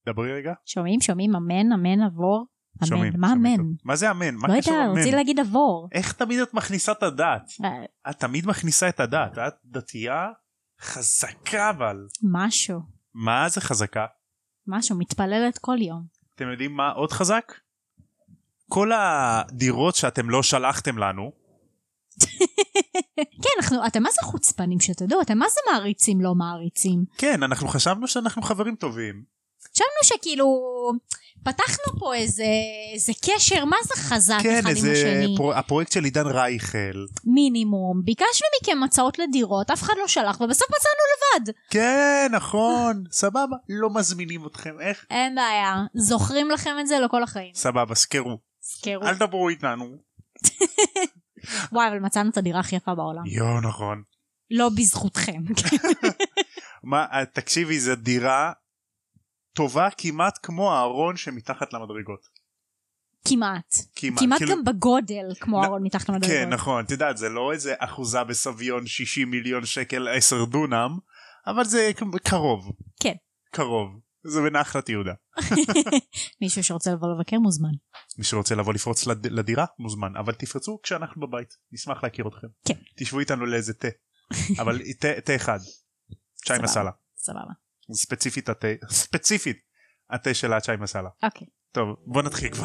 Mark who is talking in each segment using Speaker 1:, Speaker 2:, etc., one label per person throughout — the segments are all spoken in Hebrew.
Speaker 1: דברי רגע.
Speaker 2: שומעים, אמן, אמן, עבור. אמן, מה אמן?
Speaker 1: מה זה אמן? מה
Speaker 2: לא
Speaker 1: קשור
Speaker 2: יודע,
Speaker 1: אמן?
Speaker 2: רציתי להגיד עבור.
Speaker 1: איך תמיד את מכניסה את הדת? את תמיד מכניסה את הדת. את דתייה חזקה אבל.
Speaker 2: משהו.
Speaker 1: מה זה חזקה?
Speaker 2: משהו, מתפללת כל יום.
Speaker 1: אתם יודעים מה עוד חזק? כל הדירות שאתם לא שלחתם לנו.
Speaker 2: כן, אתם מה זה חוצפנים שתדעו? אתם מה זה מעריצים לא מעריצים?
Speaker 1: כן, אנחנו חשבנו שאנחנו חברים טובים.
Speaker 2: חשבנו שכאילו פתחנו פה איזה קשר, מה זה חזק
Speaker 1: כן,
Speaker 2: אחד עם השני?
Speaker 1: כן, הפרויקט של עידן רייכל.
Speaker 2: מינימום, ביקשנו מכם הצעות לדירות, אף אחד לא שלח, ובסוף מצאנו לבד.
Speaker 1: כן, נכון, סבבה, לא מזמינים אתכם, איך?
Speaker 2: אין בעיה, זוכרים לכם את זה לכל החיים.
Speaker 1: סבבה, סקרו.
Speaker 2: סקרו.
Speaker 1: אל דברו איתנו.
Speaker 2: וואי, אבל מצאנו את הדירה הכי יפה בעולם.
Speaker 1: נכון.
Speaker 2: לא בזכותכם.
Speaker 1: מה, תקשיבי, זו דירה טובה כמעט כמו הארון שמתחת למדרגות.
Speaker 2: כמעט כאילו... גם בגודל כמו הארון מתחת למדרגות.
Speaker 1: כן, נכון, את יודעת, זה לא איזה אחוזה בסביון 60 מיליון שקל 10 דונם, אבל זה קרוב.
Speaker 2: כן.
Speaker 1: קרוב. זה בנחלת יהודה.
Speaker 2: מישהו שרוצה לבוא לבקר מוזמן.
Speaker 1: מי שרוצה לבוא לפרוץ לדירה מוזמן, אבל תפרצו כשאנחנו בבית. נשמח להכיר אתכם.
Speaker 2: כן.
Speaker 1: תשבו איתנו לאיזה תה. אבל תה אחד. צ'אי מסאלה.
Speaker 2: סבבה.
Speaker 1: ספציפית התה של הצ'אי מסאלה.
Speaker 2: אוקיי.
Speaker 1: טוב, בוא נתחיל כבר.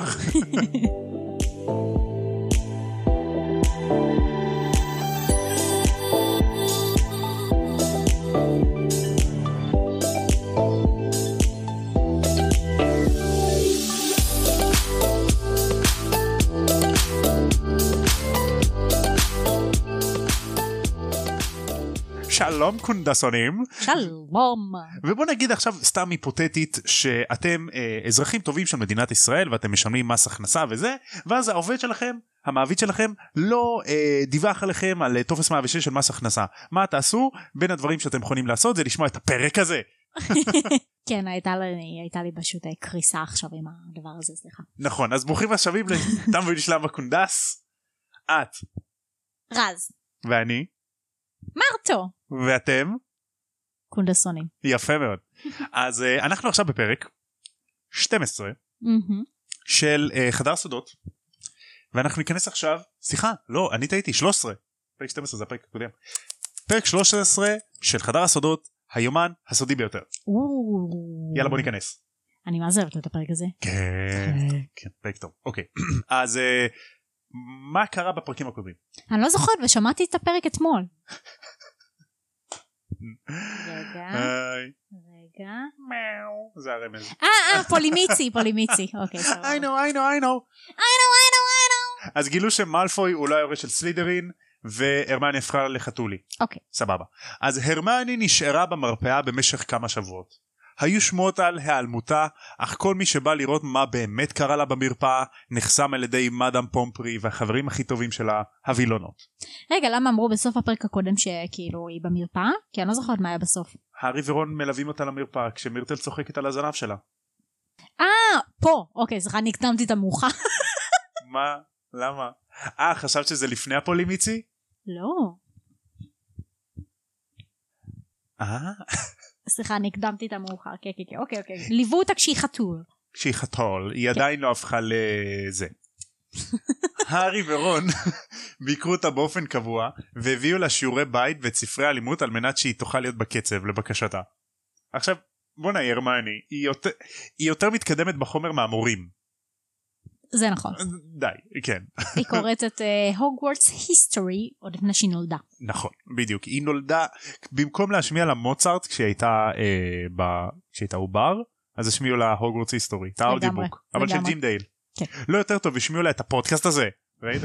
Speaker 1: שלום קונדסונים.
Speaker 2: שלום.
Speaker 1: ובוא נגיד עכשיו סתם היפותטית שאתם אזרחים טובים של מדינת ישראל ואתם משלמים מס הכנסה וזה, ואז העובד שלכם, המעביד שלכם לא דיווח עליכם על טופס 106 של מס הכנסה. מה תעשו? בין הדברים שאתם יכולים לעשות זה לשמוע את הפרק הזה.
Speaker 2: כן, הייתה לי פשוט קריסה עכשיו עם הדבר הזה, סליחה.
Speaker 1: נכון, אז ברוכים השבים לתם ולשלם הקונדס. את.
Speaker 2: רז.
Speaker 1: ואני.
Speaker 2: מרטו.
Speaker 1: ואתם?
Speaker 2: קונדסונים.
Speaker 1: יפה מאוד. אז אנחנו עכשיו בפרק 12 של חדר סודות, ואנחנו ניכנס עכשיו, סליחה, לא, אני טעיתי, 13. פרק 12 זה הפרק הקודם. פרק 13 של חדר הסודות, היומן הסודי ביותר. יאללה בוא ניכנס.
Speaker 2: אני מה זה אוהבת את הפרק הזה?
Speaker 1: כן, פרק טוב. אוקיי, אז מה קרה בפרקים הקודמים?
Speaker 2: אני לא זוכרת ושמעתי את הפרק אתמול. רגע.
Speaker 1: זה הרמז.
Speaker 2: פולימיצי. אוקיי, סבבה.
Speaker 1: I know. אז גילו שמאלפוי הוא לא היורש של סלידרין, והרמני הפכה לחתולי.
Speaker 2: אוקיי.
Speaker 1: סבבה. אז הרמני נשארה במרפאה במשך כמה שבועות. היו שמועות על העלמותה, אך כל מי שבא לראות מה באמת קרה לה במרפאה, נחסם על ידי מאדם פומפרי והחברים הכי טובים שלה, הווילונות.
Speaker 2: רגע, למה אמרו בסוף הפרק הקודם שכאילו היא במרפאה? כי אני לא זוכרת מה היה בסוף.
Speaker 1: הארי ורון מלווים אותה למרפאה, כשמירטל צוחקת על הזנב שלה.
Speaker 2: פה. אוקיי, סליחה, אני הקדמתי את המאוחר.
Speaker 1: מה? למה? חשבת שזה לפני הפולימיצי?
Speaker 2: לא. סליחה, אני הקדמתי את המאוחר. כן. אוקיי. ליוו אותה כשהיא חתול.
Speaker 1: כשהיא חתול, היא עדיין לא הפכה לזה. הארי ורון ביקרו אותה באופן קבוע, והביאו לה שיעורי בית וספרי אלימות על מנת שהיא תוכל להיות בקצב לבקשתה. עכשיו, בוא נעיר הרמיוני, היא יותר מתקדמת בחומר מהמורים.
Speaker 2: זה נכון.
Speaker 1: די, כן. היא
Speaker 2: קוראת את הוגוורטס היסטורי עוד לפני שהיא נולדה.
Speaker 1: נכון, בדיוק. היא נולדה, במקום להשמיע לה מוצרט כשהיא הייתה עובר, אז השמיעו לה הוגוורטס היסטורי, את האודיובוק, אבל של ג'ים דייל. לא יותר טוב, השמיעו לה את הפודקאסט הזה. ראית?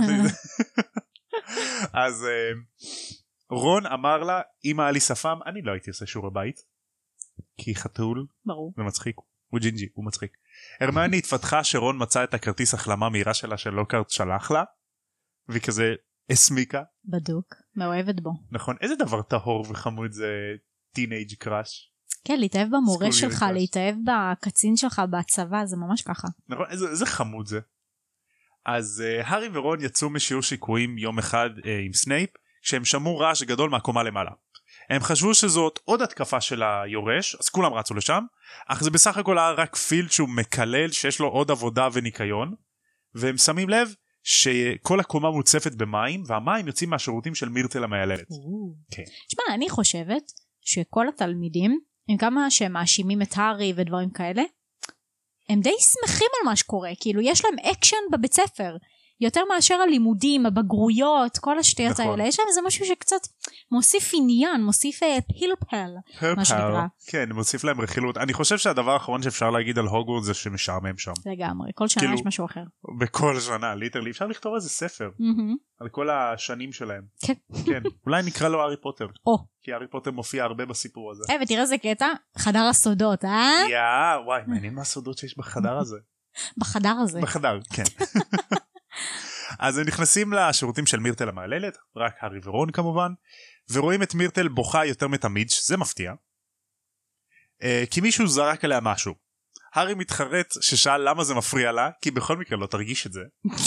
Speaker 1: אז רון אמר לה, אמא היה לי שפם, אני לא הייתי עושה שיעורי בית, כי חתול,
Speaker 2: ברור.
Speaker 1: זה מצחיק, הוא ג'ינג'י, הוא מצחיק. הרמיוני התפתחה שרון מצא את הכרטיס החלמה מהירה שלה של לוקהרט שלח לה, והיא כזה הסמיקה.
Speaker 2: בדוק, מאוהבת בו.
Speaker 1: נכון, איזה דבר טהור וחמוד זה טינאג' קראש.
Speaker 2: כן, להתאהב במורה שלך, להתאהב בקצין שלך בצבא, זה ממש ככה.
Speaker 1: נכון, איזה חמוד זה. אז הארי ורון יצאו משיעור שיקויים יום אחד עם סנייפ, כשהם שמעו רעש גדול מהקומה למעלה. הם חשבו שזאת עוד התקפה של היורש, אז כולם רצו לשם, אך זה בסך הכל היה רק פילד שהוא מקלל, שיש לו עוד עבודה וניקיון, והם שמים לב שכל הקומה מוצפת במים, והמים יוצאים מהשירותים של מירטל המיילדת. כן.
Speaker 2: תשמע, אני חושבת שכל התלמידים, עם כמה שהם מאשימים את הארי ודברים כאלה, הם די שמחים על מה שקורה, כאילו יש להם אקשן בבית ספר, יותר מאשר הלימודים, הבגרויות, כל השטויות האלה, יש להם איזה משהו שקצת מוסיף עניין, מוסיף פלפל, מה שנקרא.
Speaker 1: כן, מוסיף להם רכילות. אני חושב שהדבר האחרון שאפשר להגיד על הוגוורטס זה שמשעמם שם.
Speaker 2: לגמרי, כל שנה יש משהו אחר.
Speaker 1: בכל שנה, ליטרלי, אפשר לכתוב איזה ספר, על כל השנים שלהם.
Speaker 2: כן.
Speaker 1: כן, אולי נקרא לו הארי פוטר. כי הארי פוטר מופיע הרבה בסיפור הזה.
Speaker 2: ותראה איזה קטע, חדר הסודות,
Speaker 1: וואי, מעניין מה הסודות שיש בחדר הזה.
Speaker 2: בחדר הזה.
Speaker 1: בחדר, כן. אז הם נכנסים לשירותים של מירטל המיילדת, רק הארי ורון כמובן, ורואים את מירטל בוכה יותר מתמיד, שזה מפתיע, כי מישהו זרק עליה משהו. הארי מתחרט ששאל למה זה מפריע לה, כי בכל מקרה לא תרגיש את זה.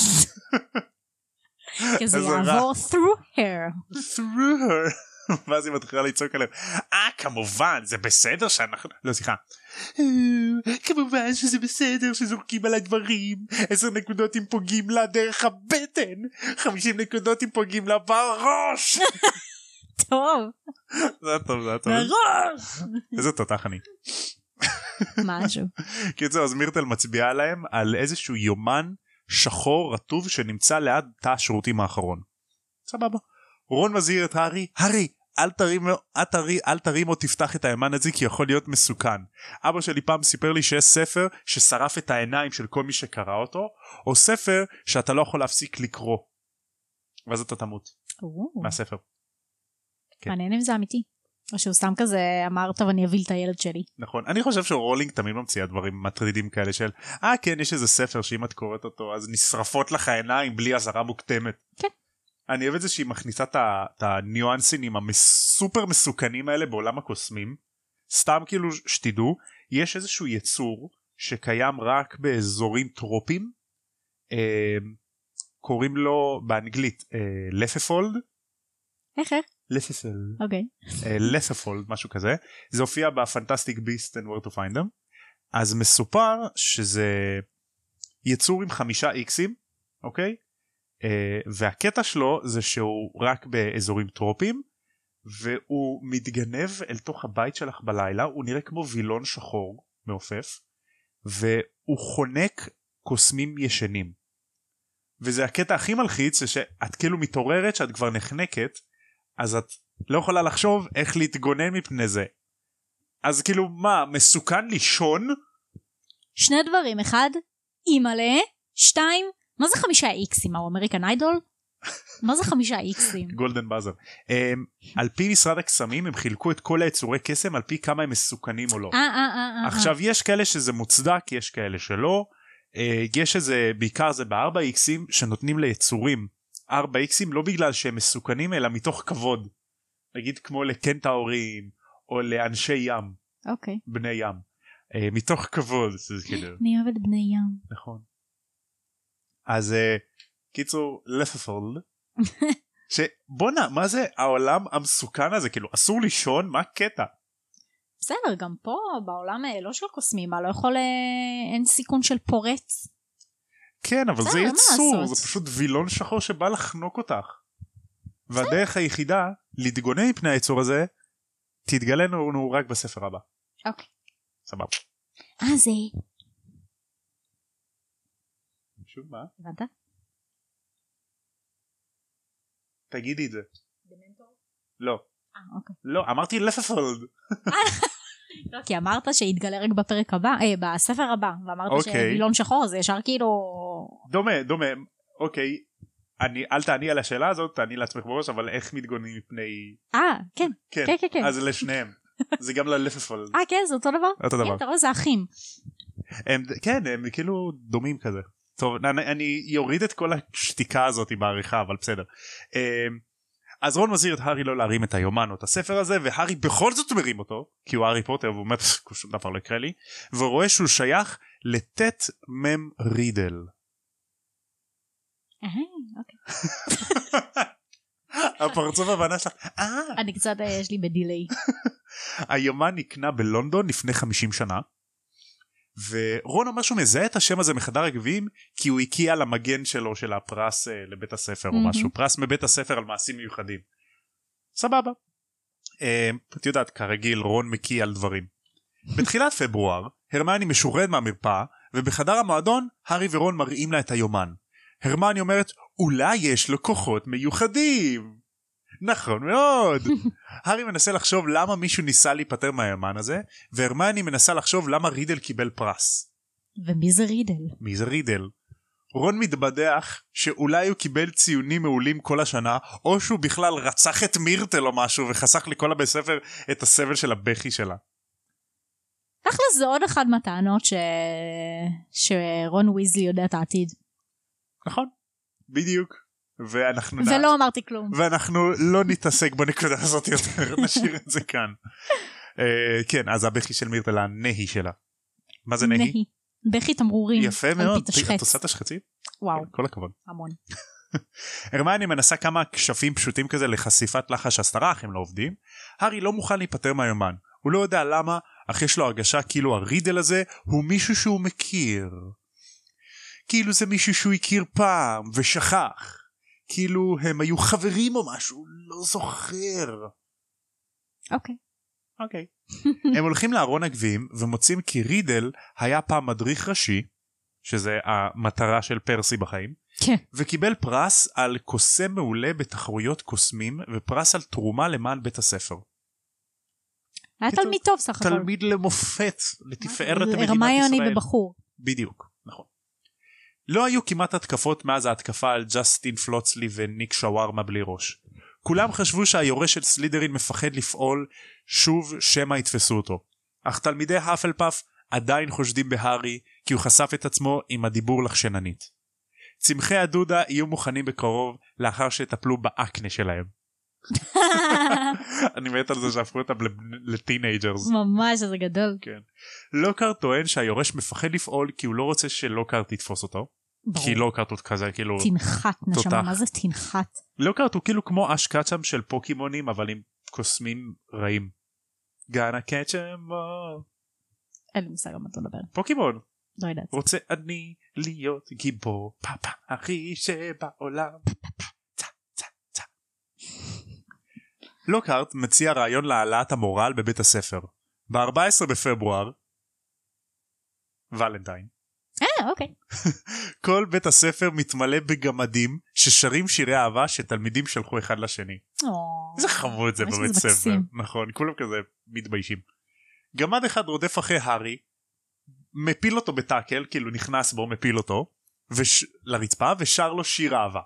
Speaker 2: כי זה יעבור through her.
Speaker 1: through her. ואז היא מתחילה לצעוק עליהם, כמובן זה בסדר שאנחנו, לא סליחה, כמובן שזה בסדר שזורקים עליי דברים, 10 נקודות אם פוגעים לה דרך הבטן, 50 נקודות אם פוגעים לה בראש.
Speaker 2: טוב.
Speaker 1: זה טוב, זה טוב.
Speaker 2: בראש.
Speaker 1: איזה תותח אני.
Speaker 2: משהו.
Speaker 1: קיצור, אז מירטל מצביעה עליהם על איזשהו יומן שחור רטוב שנמצא ליד תא השירותים האחרון. סבבה. רון מזהיר את הארי, הארי, אל תרים או תפתח את הימן הזה כי יכול להיות מסוכן. אבא שלי פעם סיפר לי שיש ספר ששרף את העיניים של כל מי שקרא אותו, או ספר שאתה לא יכול להפסיק לקרוא. ואז אתה תמות. מהספר.
Speaker 2: מעניין אם זה אמיתי. או שהוא סתם כזה אמר, טוב אני אביל את הילד שלי.
Speaker 1: נכון, אני חושב שרולינג תמיד ממציאה דברים מטרידים כאלה של, כן, יש איזה ספר שאם את קוראת אותו אז נשרפות לך העיניים בלי אזהרה מוקדמת.
Speaker 2: כן.
Speaker 1: אני אוהב את זה שהיא מכניסה את הניואנסינים הסופר מסוכנים האלה בעולם הקוסמים. סתם כאילו שתדעו, יש איזשהו יצור שקיים רק באזורים טרופים, קוראים לו באנגלית לפפולד.
Speaker 2: איך?
Speaker 1: לפפולד.
Speaker 2: אוקיי.
Speaker 1: לפפולד, משהו כזה. זה הופיע בפנטסטיק ביסט and where to find them. אז מסופר שזה יצור עם 5 איקסים, אוקיי? והקטע שלו זה שהוא רק באזורים טרופיים, והוא מתגנב אל תוך הבית שלך בלילה, הוא נראה כמו וילון שחור מעופף, והוא חונק קוסמים ישנים. וזה הקטע הכי מלחיץ, זה שאת כאילו מתעוררת שאת כבר נחנקת, אז את לא יכולה לחשוב איך להתגונן מפני זה. אז כאילו מה, מסוכן לישון?
Speaker 2: 2 דברים, 1, אימאלה, 2, מה זה 5 איקסים? הוא אמריקן איידול? מה זה 5 איקסים?
Speaker 1: גולדן באזר. על פי משרד הקסמים הם חילקו את כל היצורי קסם על פי כמה הם מסוכנים או לא. עכשיו יש כאלה שזה מוצדק, יש כאלה שלא. יש איזה, בעיקר זה ב4 איקסים שנותנים ליצורים 4 איקסים לא בגלל שהם מסוכנים אלא מתוך כבוד. נגיד כמו לקנטאורים או לאנשי ים.
Speaker 2: אוקיי.
Speaker 1: בני ים. מתוך כבוד.
Speaker 2: אני אוהבת בני ים.
Speaker 1: נכון. אז קיצור לפפולד שבונה מה זה העולם המסוכן הזה, כאילו אסור לישון, מה קטע?
Speaker 2: בסדר, גם פה בעולם לא של קוסמים, לא יכול, אין סיכון של פורץ.
Speaker 1: כן, אבל זה יצור, זה פשוט וילון שחור שבא לחנוק אותך, והדרך היחידה להתגונן מפני היצור הזה תתגלה לנו רק בספר הבא.
Speaker 2: אוקיי,
Speaker 1: סבבה.
Speaker 2: זה
Speaker 1: שוב מה?
Speaker 2: הבנת?
Speaker 1: תגידי את זה.
Speaker 2: דמנטור?
Speaker 1: לא.
Speaker 2: אוקיי.
Speaker 1: לא, אמרתי לפפולד.
Speaker 2: לא, כי אמרת שיתגלה רק בפרק הבא, בספר הבא, ואמרת שווילון שחור זה ישר כאילו...
Speaker 1: דומה, אוקיי. אל תעני על השאלה הזאת, תעני לעצמך בראש, אבל איך מתגוננים מפני...
Speaker 2: כן. כן.
Speaker 1: אז לשניהם. זה גם ללפפולד.
Speaker 2: כן, זה אותו דבר?
Speaker 1: אותו דבר.
Speaker 2: אתה רואה, זה אחים.
Speaker 1: כן, הם כאילו דומים כזה. טוב, אני יוריד את כל השתיקה הזאת בעריכה, אבל בסדר. אז רון מזהיר את הארי לא להרים את היומן או את הספר הזה, והארי בכל זאת מרים אותו, כי הוא הארי פוטר, והוא אומר, שום דבר לא יקרה לי, והוא רואה שהוא שייך לטט מם רידל.
Speaker 2: אוקיי.
Speaker 1: הפרצוף הבנה שלך.
Speaker 2: אני קצת, יש לי בדילי.
Speaker 1: היומן נקנה בלונדון לפני 50 שנה, ורון אומר שהוא מזהה את השם הזה מחדר הגביעים, כי הוא הקיע למגן שלו של הפרס לבית הספר או משהו, פרס מבית הספר על מעשים מיוחדים. סבבה. את יודעת, כרגיל רון מקיא על דברים. בתחילת פברואר, הרמיוני משורד מהמרפאה, ובחדר המועדון, הארי ורון מראים לה את היומן. הרמיוני אומרת, אולי יש לו כוחות מיוחדים. נכון מאוד. הארי מנסה לחשוב למה מישהו ניסה להיפטר מהיומן הזה, והרמיוני מנסה לחשוב למה רידל קיבל פרס.
Speaker 2: ומי זה רידל?
Speaker 1: מי זה רידל? רון מתבדח שאולי הוא קיבל ציונים מעולים כל השנה, או שהוא בכלל רצח את מירטל או משהו, וחסך לכל הבית ספר את הסבל של הבכי שלה.
Speaker 2: תכל'ס זה עוד אחד מהטענות שרון ויזלי יודע את העתיד.
Speaker 1: נכון, בדיוק.
Speaker 2: ולא אמרתי כלום.
Speaker 1: ואנחנו לא נתעסק בנקודה הזאת יותר, נשאיר את זה כאן. כן, אז הבכי של מירטל, הנהי שלה. מה זה נהי?
Speaker 2: בכי תמרורים.
Speaker 1: יפה מאוד, את עושה את השחצים?
Speaker 2: וואו.
Speaker 1: כל הכבוד.
Speaker 2: המון.
Speaker 1: הרמיוני מנסה כמה כשפים פשוטים כזה לחשיפת לחש הסתרה, אך הם לא עובדים. הארי לא מוכן להיפטר מהיומן. הוא לא יודע למה, אך יש לו הרגשה כאילו הרידל הזה הוא מישהו שהוא מכיר. כאילו זה מישהו שהוא הכיר פעם ושכח. כאילו הם היו חברים או משהו, לא זוכר. אוקיי. הם הולכים לארון הגביעים ומוצאים כי רידל היה פעם מדריך ראשי, שזה המטרה של פרסי בחיים, וקיבל פרס על קוסם מעולה בתחרויות קוסמים, ופרס על תרומה למען בית הספר.
Speaker 2: היה תלמיד טוב סך הכל.
Speaker 1: תלמיד למופת, לתפארת מדינת ישראל.
Speaker 2: הרמיוני בבחור.
Speaker 1: בדיוק, נכון. לא היו כמעט התקפות מאז ההתקפה על ג'סטין פלוצלי וניק שווארמה בלי ראש. כולם חשבו שהיורש של סלידרין מפחד לפעול שוב שמא יתפסו אותו. אך תלמידי האפלפאף עדיין חושדים בהארי כי הוא חשף את עצמו עם הדיבור לחשננית. צמחי הדודה יהיו מוכנים בקרוב לאחר שטפלו באקנה שלהם. אני מת על זה שהפכו אותם לטינאג'רס.
Speaker 2: ממש, זה גדול.
Speaker 1: כן. לוקארט טוען שהיורש מפחד לפעול כי הוא לא רוצה שלוקארט יתפוס אותו. כי לוקארט הוא כזה כאילו
Speaker 2: תנחת נשמה, מה זה תנחת?
Speaker 1: לוקארט הוא כאילו כמו אשקצ'ם של פוקימונים אבל עם קוסמים רעים. גאנה קצ'ם
Speaker 2: אין לי מושג מה אתה מדבר.
Speaker 1: פוקימון.
Speaker 2: לא יודעת.
Speaker 1: רוצה אני להיות גיבור פאפה הכי שבעולם. לוקארט מציע רעיון להעלאת המורל בבית הספר. ב-14 בפברואר ולנטיין.
Speaker 2: אוקיי.
Speaker 1: כל בית הספר מתמלא בגמדים ששרים שירי אהבה שתלמידים שלחו אחד לשני. איזה חמוד זה בבית ספר. נכון, כולם כזה מתביישים. גמד אחד רודף אחרי הארי, מפיל אותו בטאקל, כאילו נכנס בו, מפיל אותו לרצפה ושר לו שיר אהבה.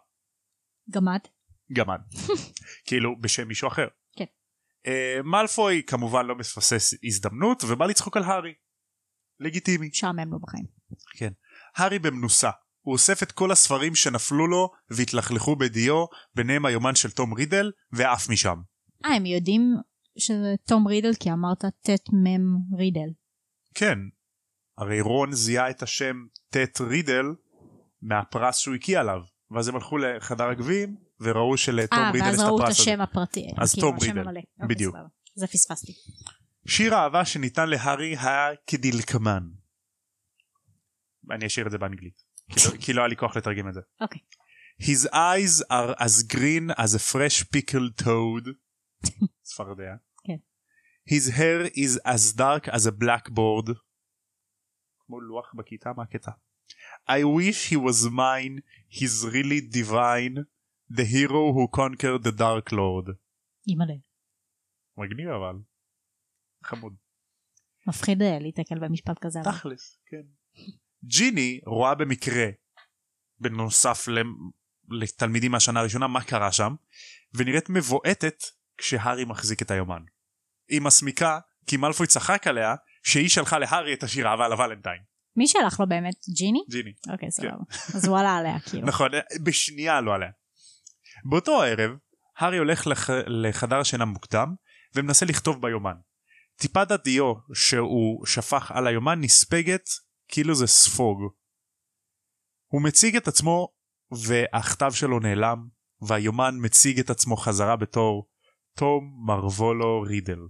Speaker 1: גמד. כאילו בשם מישהו אחר.
Speaker 2: כן.
Speaker 1: מאלפוי כמובן לא מפספס הזדמנות ובא לצחוק על הארי. לגיטימי.
Speaker 2: שעמם לו בחיים.
Speaker 1: כן. הארי במנוסה. הוא אוסף את כל הספרים שנפלו לו והתלכלכו בדיו, ביניהם היומן של תום רידל, ואף משם.
Speaker 2: הם יודעים שזה תום רידל כי אמרת תת מם רידל.
Speaker 1: כן. הרי רון זיהה את השם תת רידל מהפרס שהוא הקיע עליו. ואז הם הלכו לחדר הגביעים וראו שלתום רידל יש את הפרס הזה.
Speaker 2: ואז ראו את השם הפרטי.
Speaker 1: אז תום רידל. בדיוק.
Speaker 2: זה פספסתי.
Speaker 1: שיר האהבה שניתן להארי היה כדלקמן. אני אשאיר את זה באנגלית. כי לא היה לי כוח לתרגם את זה.
Speaker 2: אוקיי.
Speaker 1: His eyes are as green as a fresh pickled toad. ספרדיה.
Speaker 2: כן.
Speaker 1: His hair is as dark as a blackboard. כמו לוח בכיתה, מה הקטע? I wish he was mine. He's really divine. The hero who conquered the Dark Lord.
Speaker 2: אימא'לה.
Speaker 1: מגניב אבל. חמוד.
Speaker 2: מפחיד להתקל במשפט כזה.
Speaker 1: תכלס, כן. ג'יני רואה במקרה, בנוסף לתלמידים מהשנה הראשונה, מה קרה שם, ונראית מבועטת כשהארי מחזיק את היומן. היא מסמיקה, כי מאלפוי צחק עליה, שהיא שלחה להארי את השיר אהבה על הוולנטיין.
Speaker 2: מי שלח לו באמת? ג'יני?
Speaker 1: ג'יני.
Speaker 2: אוקיי, סבבה. אז הוא עלה עליה כאילו.
Speaker 1: נכון, בשנייה לא עליה. באותו הערב, הארי הולך לחדר השינה מוקדם, ומנסה לכתוב ביומן. טיפת הדיו שהוא שפך על היומן נספגת כאילו זה ספוג. הוא מציג את עצמו והכתב שלו נעלם, והיומן מציג את עצמו חזרה בתור תום מרוולו רידל.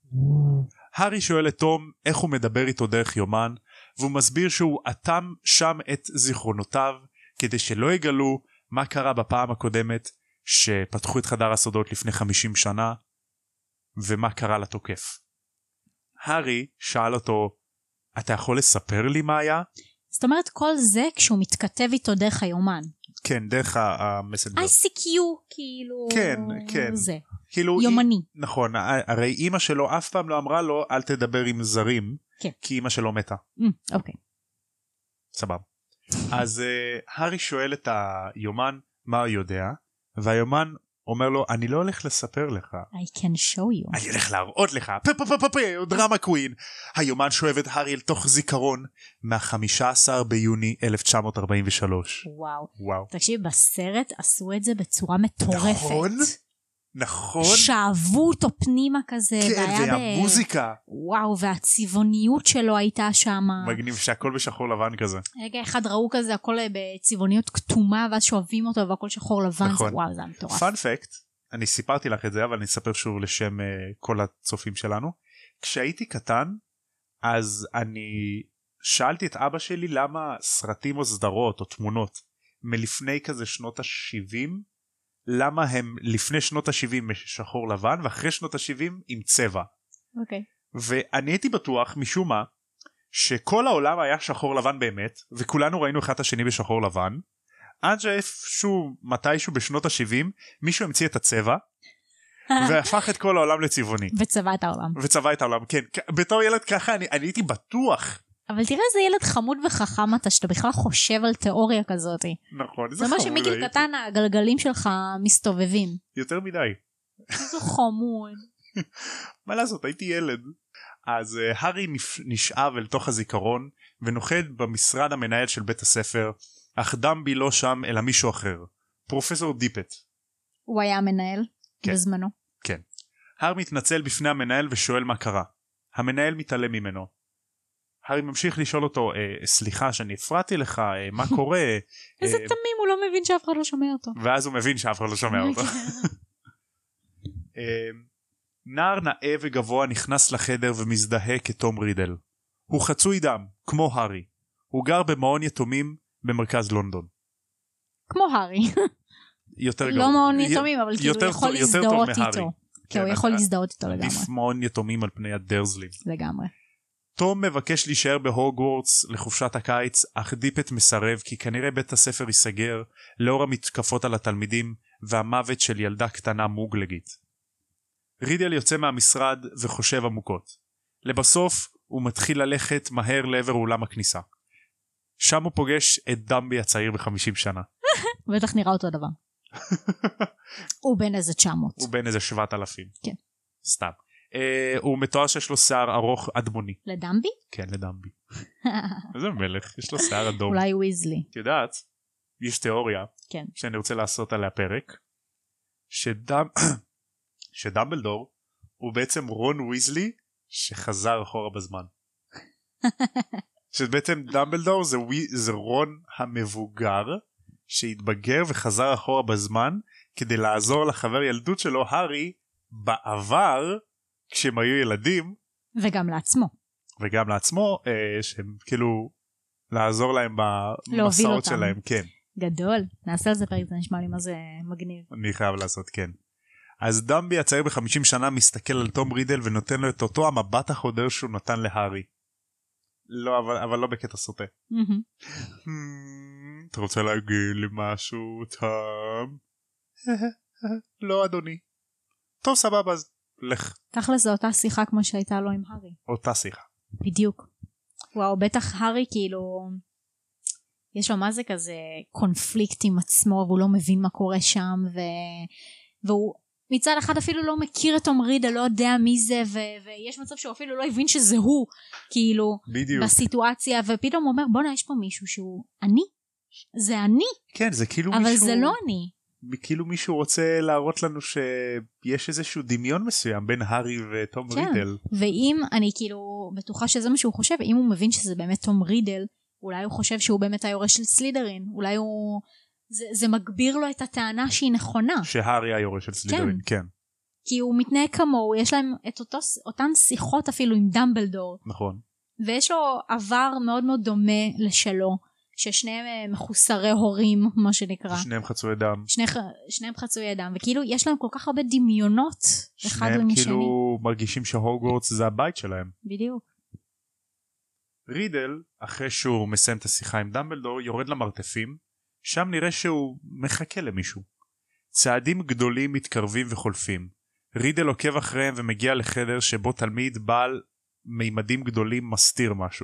Speaker 1: הארי שואל את תום איך הוא מדבר איתו דרך יומן, והוא מסביר שהוא אטם שם את זיכרונותיו כדי שלא יגלו מה קרה בפעם הקודמת שפתחו את חדר הסודות לפני 50 שנה ומה קרה לתוקף. הארי שאל אותו, אתה יכול לספר לי מה היה?
Speaker 2: זאת אומרת כל זה כשהוא מתכתב איתו דרך היומן.
Speaker 1: כן, דרך המסנג'ר.
Speaker 2: ICQ כאילו.
Speaker 1: כן.
Speaker 2: זה.
Speaker 1: כאילו
Speaker 2: יומני.
Speaker 1: נכון, הרי אמא שלו אף פעם לא אמרה לו אל תדבר עם זרים,
Speaker 2: כן.
Speaker 1: כי אמא שלו מתה.
Speaker 2: אוקיי.
Speaker 1: סבב. אז הארי שואל את היומן מה הוא יודע, והיומן אומר לו אני לא הולך לספר לך.
Speaker 2: I can show you.
Speaker 1: אני הולך להראות לך. דרמה קווין. היומן שואב את הארי אל תוך זיכרון מה-15 ביוני 1943.
Speaker 2: וואו. תקשיב, בסרט עשו את זה בצורה מטורפת.
Speaker 1: נכון.
Speaker 2: שאבו אותו פנימה כזה.
Speaker 1: כן, והמוזיקה.
Speaker 2: וואו, והצבעוניות שלו הייתה שם.
Speaker 1: מגניב שהכל בשחור לבן כזה.
Speaker 2: רגע אחד ראו כזה הכל בצבעוניות כתומה, ואז שואבים אותו והכל שחור לבן.
Speaker 1: נכון.
Speaker 2: וואו, זה מטורף.
Speaker 1: פאנפקט, אני סיפרתי לך את זה, אבל אני אספר שוב לשם כל הצופים שלנו. כשהייתי קטן, אז אני שאלתי את אבא שלי למה סרטים או סדרות או תמונות מלפני כזה שנות ה-70, למה הם לפני שנות ה-70 שחור לבן ואחרי שנות ה-70 עם צבע.
Speaker 2: אוקיי.
Speaker 1: ואני הייתי בטוח משום מה שכל העולם היה שחור לבן באמת, וכולנו ראינו אחד את השני בשחור לבן, עד שאיפשהו מתישהו בשנות ה-70 מישהו המציא את הצבע והפך את כל העולם לצבעוני.
Speaker 2: וצבע את העולם.
Speaker 1: כן. בתור ילד ככה אני הייתי בטוח.
Speaker 2: אבל תראה איזה ילד חמוד וחכם אתה, שאתה בכלל חושב על תיאוריה כזאת.
Speaker 1: נכון,
Speaker 2: זה מה שמגיל קטן הגלגלים שלך מסתובבים.
Speaker 1: יותר מדי.
Speaker 2: איזה חמוד.
Speaker 1: מה לעשות, הייתי ילד. אז הארי נשאב אל תוך הזיכרון ונוחת במשרד המנהל של בית הספר, אך דמבי לא שם אלא מישהו אחר, פרופסור דיפט.
Speaker 2: הוא היה המנהל בזמנו.
Speaker 1: כן. הארי מתנצל בפני המנהל ושואל מה קרה. המנהל מתעלם ממנו. הארי ממשיך לשאול אותו, סליחה שאני הפרעתי לך, מה קורה?
Speaker 2: איזה תמים, הוא לא מבין שאף אחד לא שומע אותו.
Speaker 1: ואז הוא מבין שאף אחד לא שומע אותו. נער נאה וגבוה נכנס לחדר ומזדהה כתום רידל. הוא חצוי דם, כמו הארי. הוא גר במעון יתומים במרכז לונדון.
Speaker 2: כמו הארי.
Speaker 1: יותר
Speaker 2: לא מעון יתומים, אבל כאילו הוא יכול להזדהות איתו. כן, הוא יכול להזדהות איתו לגמרי.
Speaker 1: עדיף מעון יתומים על פני הדרזלים.
Speaker 2: לגמרי.
Speaker 1: תום מבקש להישאר בהוגוורטס לחופשת הקיץ, אך דיפט מסרב כי כנראה בית הספר ייסגר לאור המתקפות על התלמידים והמוות של ילדה קטנה מוגלגית. רידל יוצא מהמשרד וחושב עמוקות. לבסוף הוא מתחיל ללכת מהר לעבר אולם הכניסה. שם הוא פוגש את דמבי הצעיר ב-50 שנה.
Speaker 2: בטח נראה אותו דבר. הוא בן איזה 900.
Speaker 1: הוא בן איזה 7,000.
Speaker 2: כן.
Speaker 1: סתם. הוא מתואר שיש לו שיער ארוך אדמוני.
Speaker 2: לדמבי?
Speaker 1: כן, לדמבי. איזה מלך, יש לו שיער אדום.
Speaker 2: אולי וויזלי.
Speaker 1: את יודעת, יש תיאוריה
Speaker 2: כן.
Speaker 1: שאני רוצה לעשות עליה פרק, שדמבלדור הוא בעצם רון וויזלי שחזר אחורה בזמן. שבעצם דמבלדור זה רון המבוגר שהתבגר וחזר אחורה בזמן כדי לעזור לחבר ילדות שלו הארי בעבר כשהם היו ילדים, וגם לעצמו שהם כאילו לעזור להם במסעות שלהם. כן,
Speaker 2: גדול. נעשה על זה פרק, זה נשמע לי מה זה מגניב.
Speaker 1: אני חייב לעשות. כן. אז דמבי הצעיר ב-50 שנה מסתכל על תום רידל ונותן לו את אותו המבט החודר שהוא נתן להארי. לא, אבל לא בקטע סוטה. אתה רוצה להגיד לי משהו, תום? לא אדוני. טוב, סבבה, אז לך.
Speaker 2: תכל'ס זו אותה שיחה כמו שהייתה לו עם הארי.
Speaker 1: אותה שיחה.
Speaker 2: בדיוק. וואו, בטח הארי כאילו יש לו מה זה כזה קונפליקט עם עצמו והוא לא מבין מה קורה שם והוא מצד אחד אפילו לא מכיר את תום רידל, לא יודע מי זה ויש מצב שהוא אפילו לא הבין שזה הוא כאילו
Speaker 1: בדיוק.
Speaker 2: בסיטואציה, ופתאום הוא אומר בוא'נה יש פה מישהו שהוא אני, זה אני.
Speaker 1: כן, זה כאילו
Speaker 2: אבל
Speaker 1: מישהו...
Speaker 2: זה לא אני.
Speaker 1: כאילו מישהו רוצה להראות לנו שיש איזשהו דמיון מסוים בין הארי ותום רידל.
Speaker 2: ואם אני כאילו בטוחה שזה מה שהוא חושב, אם הוא מבין שזה באמת תום רידל, אולי הוא חושב שהוא באמת היורש של סלידרין, אולי הוא זה מגביר לו את הטענה שהיא נכונה.
Speaker 1: שהארי היורש של סלית'רין, כן.
Speaker 2: כי הוא מתנהג כמוהו, יש להם את אותן שיחות אפילו עם דמבלדור.
Speaker 1: נכון.
Speaker 2: ויש לו עבר מאוד מאוד דומה לשלו, ששניהם מחוסרי הורים, מה שנקרא.
Speaker 1: שניהם חצויי דם.
Speaker 2: שניהם חצויי דם, וכאילו יש להם כל כך הרבה דמיונות אחד למשני.
Speaker 1: שניהם כאילו מרגישים שהוגוורטס זה הבית שלהם.
Speaker 2: בדיוק.
Speaker 1: רידל, אחרי שהוא מסיים את השיחה עם דמבלדור, יורד למרתפים, שם נראה שהוא מחכה למישהו. צעדים גדולים מתקרבים וחולפים. רידל עוקב אחריהם ומגיע לחדר שבו תלמיד בעל מימדים גדולים מסתיר משהו.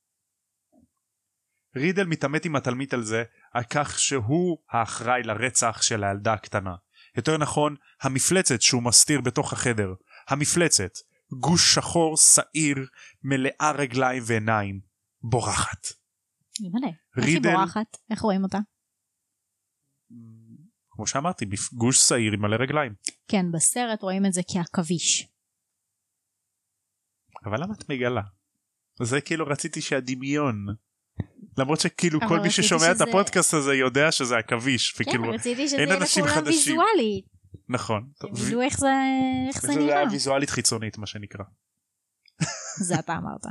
Speaker 1: רידל מתעמת עם התלמיד על זה, על כך שהוא האחראי לרצח של הילדה הקטנה. יותר נכון, המפלצת שהוא מסתיר בתוך החדר. המפלצת, גוש שחור שעיר, מלאה רגליים ועיניים, בורחת.
Speaker 2: איך היא בורחת? איך רואים אותה?
Speaker 1: כמו שאמרתי, גוש שעיר עם מלא רגליים.
Speaker 2: כן, בסרט רואים את זה כעכביש.
Speaker 1: אבל למה את מגלה? זה כאילו רציתי שהדמיון, למרות שכאילו כל מי ששומע את הפודקאסט הזה יודע שזה עכביש.
Speaker 2: כן, רציתי שזה יהיה לכולם ויזואלית.
Speaker 1: נכון.
Speaker 2: תדעו איך זה נראה.
Speaker 1: זה היה ויזואלית חיצונית מה שנקרא.
Speaker 2: זה אתה אמרת.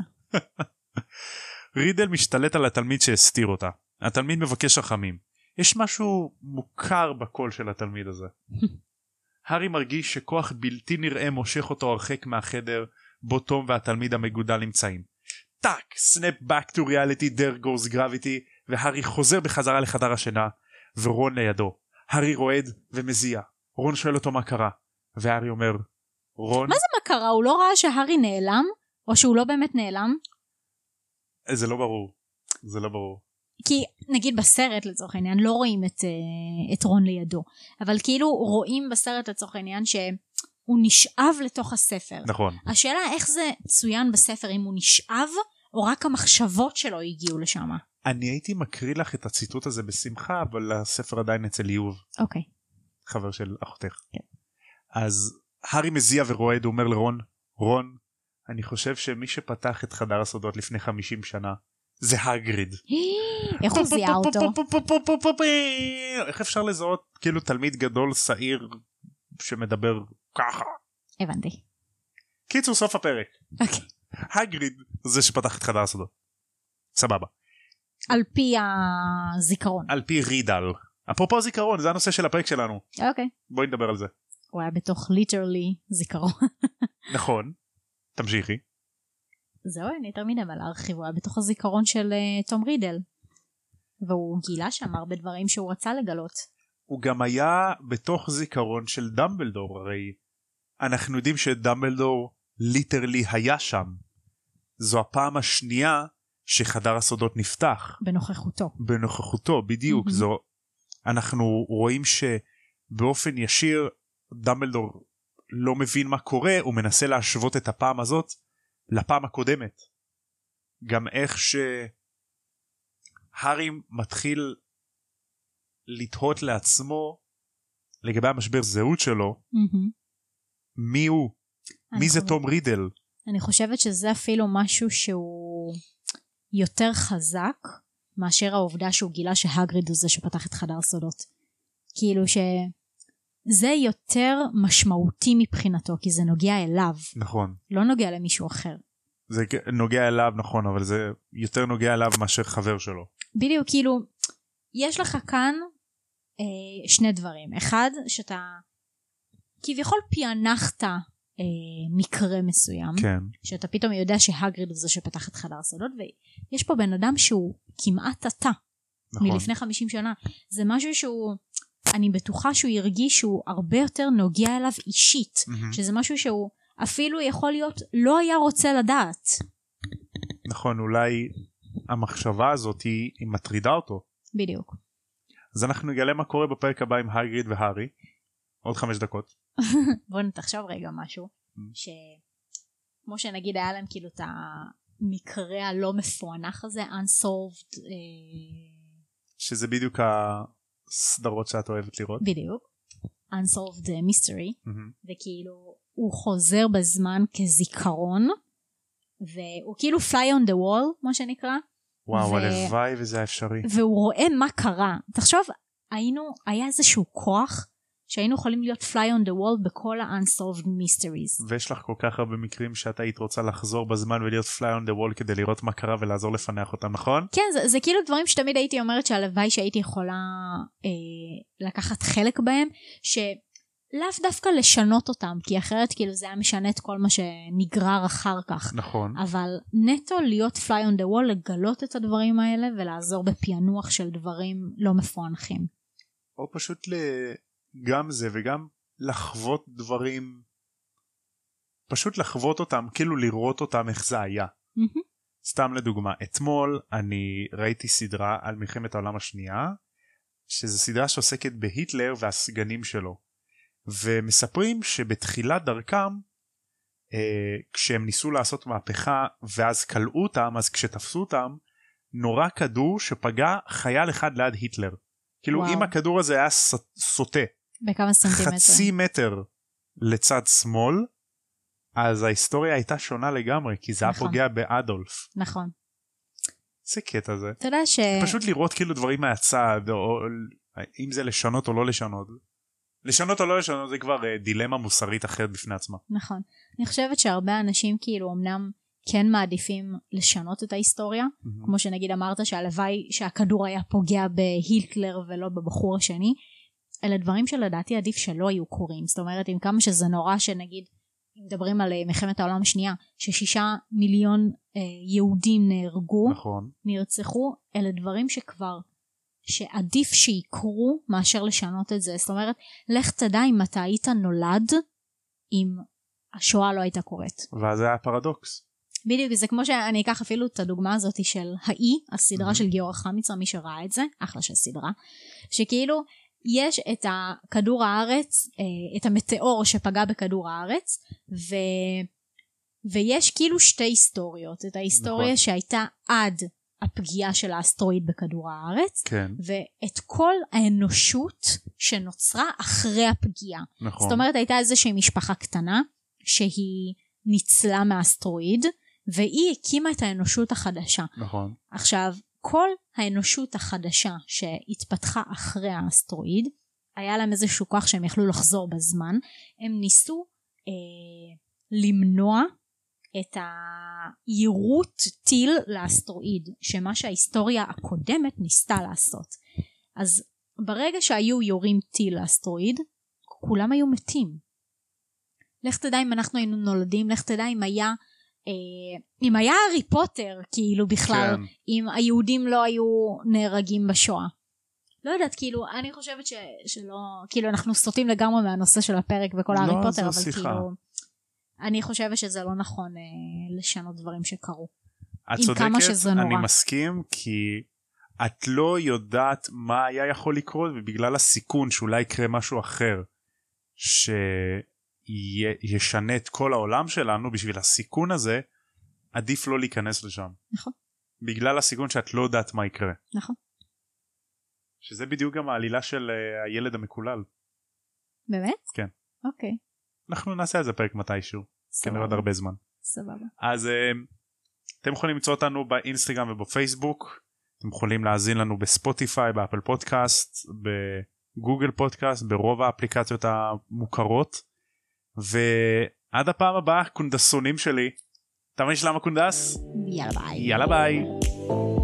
Speaker 1: רידל משתלט על התלמיד שהסתיר אותה. התלמיד מבקש רחמים. יש משהו מוכר בקול של התלמיד הזה. הארי מרגיש שכוח בלתי נראה מושך אותו הרחק מהחדר בו תום והתלמיד המגודל נמצאים. טאק, סנאפ back to reality, there goes gravity, והארי חוזר בחזרה לחדר השינה, ורון לידו. הארי רועד ומזיע. רון שואל אותו מה קרה, והארי אומר, רון...
Speaker 2: מה זה מה קרה? הוא לא ראה שהארי נעלם? או שהוא לא באמת נעלם?
Speaker 1: זה לא ברור. זה לא ברור.
Speaker 2: כי נגיד בסרט לצורך העניין לא רואים את רון לידו, אבל כאילו רואים בסרט לצורך העניין שהוא נשאב לתוך הספר.
Speaker 1: נכון.
Speaker 2: השאלה איך זה צוין בספר, אם הוא נשאב או רק המחשבות שלו הגיעו לשם.
Speaker 1: אני הייתי מקריא לך את הציטוט הזה בשמחה, אבל הספר עדיין אצל איוב.
Speaker 2: אוקיי.
Speaker 1: חבר של אחותך.
Speaker 2: כן.
Speaker 1: אז הארי מזיע ורועד, הוא אומר לרון, רון, אני חושב שמי שפתח את חדר הסודות לפני 50 שנה, זה הגריד.
Speaker 2: איך הוא זיהה אותו?
Speaker 1: איך אפשר לזהות כאילו תלמיד גדול שעיר שמדבר ככה?
Speaker 2: הבנתי.
Speaker 1: קיצור, סוף הפרק.
Speaker 2: אוקיי.
Speaker 1: הגריד זה שפתח את חדר הסודות. סבבה.
Speaker 2: על פי הזיכרון.
Speaker 1: על פי רידל. אפרופו זיכרון, זה הנושא של הפרק שלנו.
Speaker 2: אוקיי.
Speaker 1: בואי נדבר על זה.
Speaker 2: הוא היה בתוך ליטרלי זיכרון.
Speaker 1: נכון. תמשיכי.
Speaker 2: זהו, אני יותר מדי להרחיב, הוא היה בתוך הזיכרון של תום רידל. והוא גילה שם הרבה דברים שהוא רצה לגלות.
Speaker 1: הוא גם היה בתוך זיכרון של דמבלדור, הרי אנחנו יודעים שדמבלדור ליטרלי היה שם. זו הפעם השנייה שחדר הסודות נפתח.
Speaker 2: בנוכחותו.
Speaker 1: בנוכחותו, בדיוק. אנחנו רואים שבאופן ישיר דמבלדור לא מבין מה קורה, הוא מנסה להשוות את הפעם הזאת לפעם הקודמת. גם איך שהארי מתחיל לתהות לעצמו לגבי המשבר זהות שלו, מי הוא? מי זה תום רידל?
Speaker 2: אני חושבת שזה אפילו משהו שהוא יותר חזק מאשר העובדה שהוא גילה שהגריד הוא זה שפתח את חדר הסודות. כאילו שזה יותר משמעותי מבחינתו, כי זה נוגע אליו. נכון. לא נוגע למישהו אחר.
Speaker 1: זה נוגע אליו, נכון, אבל זה יותר נוגע אליו מאשר חבר שלו.
Speaker 2: בדיוק, כאילו, יש לך כאן שני דברים. אחד, שאתה כביכול פענחת מקרה מסוים.
Speaker 1: כן.
Speaker 2: שאתה פתאום יודע שהגריד הוא זה שפתח את חדר הסודות, ויש פה בן אדם שהוא כמעט אתה. נכון. מלפני 50 שנה. זה משהו שהוא, אני בטוחה שהוא ירגיש שהוא הרבה יותר נוגע אליו אישית. שזה משהו שהוא אפילו יכול להיות לא היה רוצה לדעת.
Speaker 1: נכון, אולי המחשבה הזאת היא מטרידה אותו.
Speaker 2: בדיוק.
Speaker 1: אז אנחנו נגלה מה קורה בפרק הבא עם הגריד והארי. עוד 5 דקות.
Speaker 2: בואו נתחשב רגע משהו. כמו שנגיד היה להם כאילו את המקרה הלא מפוענח הזה, unsolved.
Speaker 1: שזה בדיוק הסדרות שאת אוהבת לראות.
Speaker 2: בדיוק. unsolved mystery. וכאילו הוא חוזר בזמן כזיכרון. והוא כאילו fly on the wall, מה שנקרא.
Speaker 1: וואו, הלוואי וזה אפשרי.
Speaker 2: והוא רואה מה קרה. תחשוב, היה איזשהו כוח שהיינו יכולים להיות fly on the wall בכל ה-unsolved mysteries.
Speaker 1: ויש לך כל כך הרבה מקרים שאתה היית רוצה לחזור בזמן ולהיות fly on the wall כדי לראות מה קרה ולעזור לפנח אותם, נכון?
Speaker 2: כן, זה כאילו דברים שתמיד הייתי אומרת שהלוואי שהייתי יכולה לקחת חלק בהם, שלאו דווקא לשנות אותם, כי אחרת כאילו זה היה משנה את כל מה שנגרר אחר כך.
Speaker 1: נכון.
Speaker 2: אבל נטו להיות fly on the wall, לגלות את הדברים האלה ולעזור בפענוח של דברים לא מפוענחים.
Speaker 1: או פשוט גם זה וגם לחוות דברים, פשוט לחוות אותם, כאילו לראות אותם איך זה היה. סתם לדוגמה, אתמול אני ראיתי סדרה על מלחמת העולם השנייה, שזו סדרה שעוסקת בהיטלר והסגנים שלו, ומספרים שבתחילת דרכם, כשהם ניסו לעשות מהפכה ואז קלעו אותם, אז כשתפסו אותם, נורא כדור שפגע חייל אחד ליד היטלר. כאילו אם הכדור הזה היה סוטה
Speaker 2: בכמה סנטימטרים,
Speaker 1: חצי מטר לצד שמאל, אז ההיסטוריה הייתה שונה לגמרי, כי זה היה פוגע באדולף.
Speaker 2: נכון.
Speaker 1: זה קטע זה.
Speaker 2: אתה יודע
Speaker 1: פשוט לראות כאילו דברים מהצד, או אם זה לשנות או לא לשנות. לשנות או לא לשנות זה כבר דילמה מוסרית אחרת בפני עצמה.
Speaker 2: נכון. אני חושבת שהרבה אנשים כאילו אמנם כן מעדיפים לשנות את ההיסטוריה, כמו שנגיד אמרת שהלוואי שהכדור היה פוגע בהיטלר ולא בבחור השני, אלה דברים שלדעתי עדיף שלא היו קורים. זאת אומרת, עם כמה שזה נורא שנגיד, אם מדברים על מלחמת העולם השנייה, ש6 מיליון יהודים נהרגו,
Speaker 1: נכון.
Speaker 2: נרצחו, אלה דברים שכבר, שעדיף שיקרו מאשר לשנות את זה. זאת אומרת, לך תדע אם אתה היית נולד, אם השואה לא הייתה קורית.
Speaker 1: ואז זה היה פרדוקס.
Speaker 2: בדיוק, זה כמו שאני אקח אפילו את הדוגמה הזאת של האי, הסדרה של גיורא חמיצר, מי שראה את זה, אחלה של סדרה, שכאילו יש את כדור הארץ, את המטאור שפגע בכדור הארץ, ויש כאילו שתי היסטוריות, את ההיסטוריה שהייתה עד הפגיעה של האסטרואיד בכדור הארץ,
Speaker 1: כן.
Speaker 2: ואת כל האנושות שנוצרה אחרי הפגיעה.
Speaker 1: נכון.
Speaker 2: זאת אומרת, הייתה איזושהי משפחה קטנה, שהיא ניצלה מהאסטרואיד, והיא הקימה את האנושות החדשה.
Speaker 1: נכון.
Speaker 2: עכשיו, כל האנושות החדשה שהתפתחה אחרי האסטרואיד, היה להם איזשהו כוח שהם יכלו לחזור בזמן, הם ניסו למנוע את היירוט טיל לאסטרואיד, שמה שההיסטוריה הקודמת ניסתה לעשות. אז ברגע שהיו יורים טיל לאסטרואיד, כולם היו מתים. לך תדע אם אנחנו היינו נולדים, לך תדע אם היה הארי פוטר, כאילו בכלל, כן. אם היהודים לא היו נהרגים בשואה. לא יודעת, כאילו, אני חושבת שלא, כאילו אנחנו סוטים לגמרי מהנושא של הפרק וכל הארי פוטר, אבל שיחה. כאילו, אני חושבת שזה לא נכון לשנות דברים שקרו.
Speaker 1: את צודקת, אני מסכים, כי את לא יודעת מה היה יכול לקרות, ובגלל הסיכון שאולי יקרה משהו אחר, שישנה את כל העולם שלנו, בשביל הסיכון הזה, עדיף לא להיכנס לשם.
Speaker 2: נכון.
Speaker 1: בגלל הסיכון שאת לא יודעת מה יקרה.
Speaker 2: נכון.
Speaker 1: שזה בדיוק גם העלילה של הילד המקולל.
Speaker 2: באמת?
Speaker 1: כן.
Speaker 2: אוקיי.
Speaker 1: אנחנו נעשה על זה פרק מתישהו. כנראה עוד הרבה זמן.
Speaker 2: סבבה.
Speaker 1: אז אתם יכולים למצוא אותנו באינסטגרם ובפייסבוק. אתם יכולים להאזין לנו בספוטיפיי, באפל פודקאסט, בגוגל פודקאסט, ברוב האפליקציות המוכרות. ועד הפעם הבאה, קונדסונים שלי. תמיד שלמה קונדס?
Speaker 2: יאללה ביי.
Speaker 1: יאללה ביי.